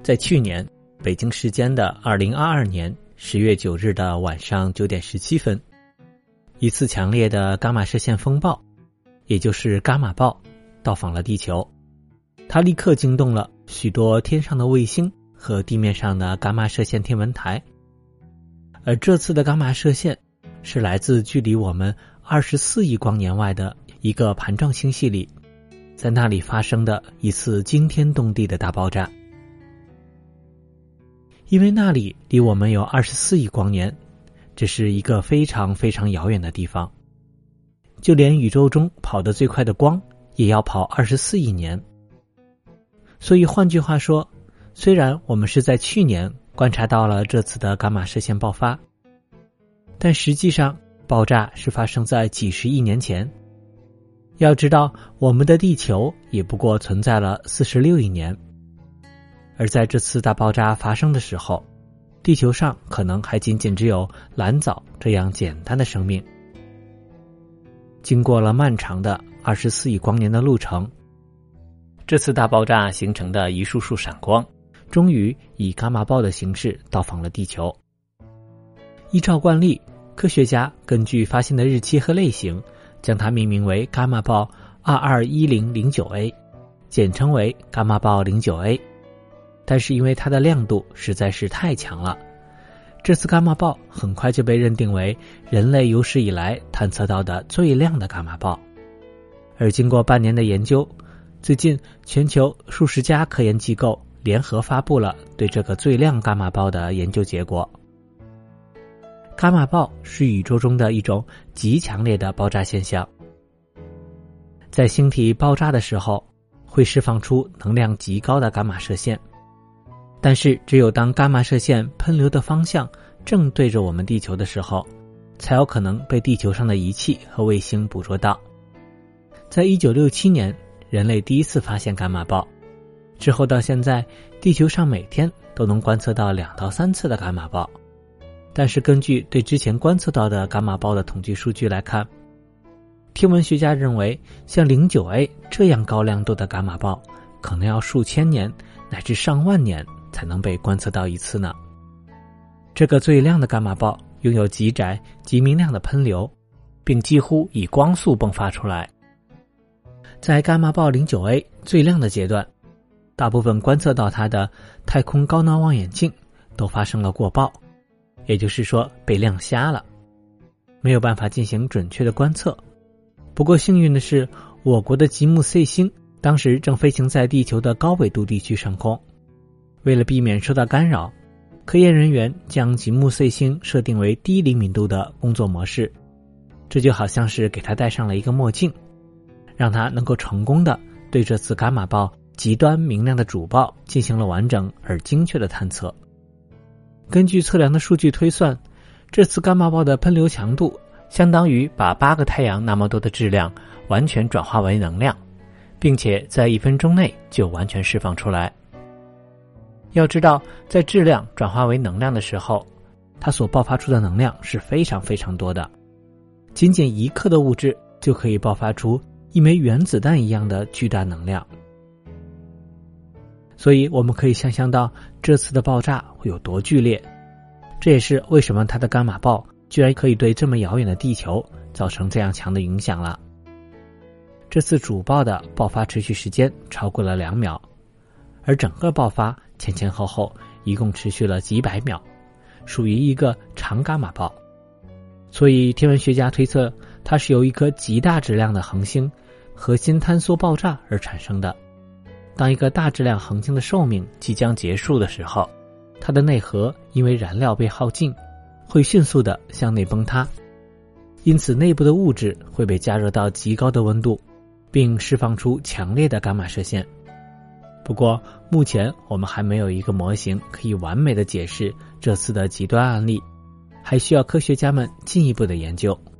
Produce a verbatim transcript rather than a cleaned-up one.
在去年北京时间的二零二二年十月九日的晚上九点十七分，一次强烈的伽马射线风暴，也就是伽马暴，到访了地球。它立刻惊动了许多天上的卫星和地面上的伽马射线天文台。而这次的伽马射线是来自距离我们二十四亿光年外的一个盘状星系里，在那里发生的一次惊天动地的大爆炸。因为那里离我们有二十四亿光年，这是一个非常非常遥远的地方，就连宇宙中跑得最快的光也要跑二十四亿年。所以换句话说，虽然我们是在去年观察到了这次的伽马射线爆发，但实际上爆炸是发生在几十亿年前。要知道，我们的地球也不过存在了四十六亿年，而在这次大爆炸发生的时候，地球上可能还仅仅只有蓝藻这样简单的生命。经过了漫长的二十四亿光年的路程，这次大爆炸形成的一束束闪光，终于以伽马暴的形式到访了地球。依照惯例，科学家根据发现的日期和类型，将它命名为伽马暴二二一零零九 A， 简称为伽马暴 零九 A。 但是因为它的亮度实在是太强了，这次伽马暴很快就被认定为人类有史以来探测到的最亮的伽马暴。而经过半年的研究，最近全球数十家科研机构联合发布了对这个最亮伽马暴的研究结果。伽马暴是宇宙中的一种极强烈的爆炸现象，在星体爆炸的时候会释放出能量极高的伽马射线，但是只有当伽马射线喷流的方向正对着我们地球的时候，才有可能被地球上的仪器和卫星捕捉到。在一九六七年，人类第一次发现伽马暴，之后到现在，地球上每天都能观测到两到三次的伽马暴。但是根据对之前观测到的伽马暴的统计数据来看，天文学家认为像 零九 A 这样高亮度的伽马暴可能要数千年乃至上万年才能被观测到一次呢。这个最亮的伽马暴拥有极窄极明亮的喷流，并几乎以光速迸发出来。在伽马暴 零九 A 最亮的阶段，大部分观测到它的太空高能望远镜都发生了过曝，也就是说被亮瞎了，没有办法进行准确的观测。不过幸运的是，我国的吉木 C 星当时正飞行在地球的高纬度地区上空，为了避免受到干扰，科研人员将吉木 C 星设定为低灵敏度的工作模式，这就好像是给它戴上了一个墨镜，让它能够成功的对这次伽马暴极端明亮的主暴进行了完整而精确的探测。根据测量的数据推算，这次伽马暴的喷流强度相当于把八个太阳那么多的质量完全转化为能量，并且在一分钟内就完全释放出来。要知道，在质量转化为能量的时候，它所爆发出的能量是非常非常多的，仅仅一克的物质就可以爆发出一枚原子弹一样的巨大能量。所以我们可以想象到这次的爆炸会有多剧烈，这也是为什么它的伽马暴居然可以对这么遥远的地球造成这样强的影响了。这次主暴的爆发持续时间超过了两秒，而整个爆发前前后后一共持续了几百秒，属于一个长伽马暴。所以天文学家推测它是由一颗极大质量的恒星核心坍缩爆炸而产生的。当一个大质量恒星的寿命即将结束的时候，它的内核因为燃料被耗尽，会迅速地向内崩塌，因此内部的物质会被加热到极高的温度，并释放出强烈的伽马射线。不过目前我们还没有一个模型可以完美地解释这次的极端案例，还需要科学家们进一步的研究。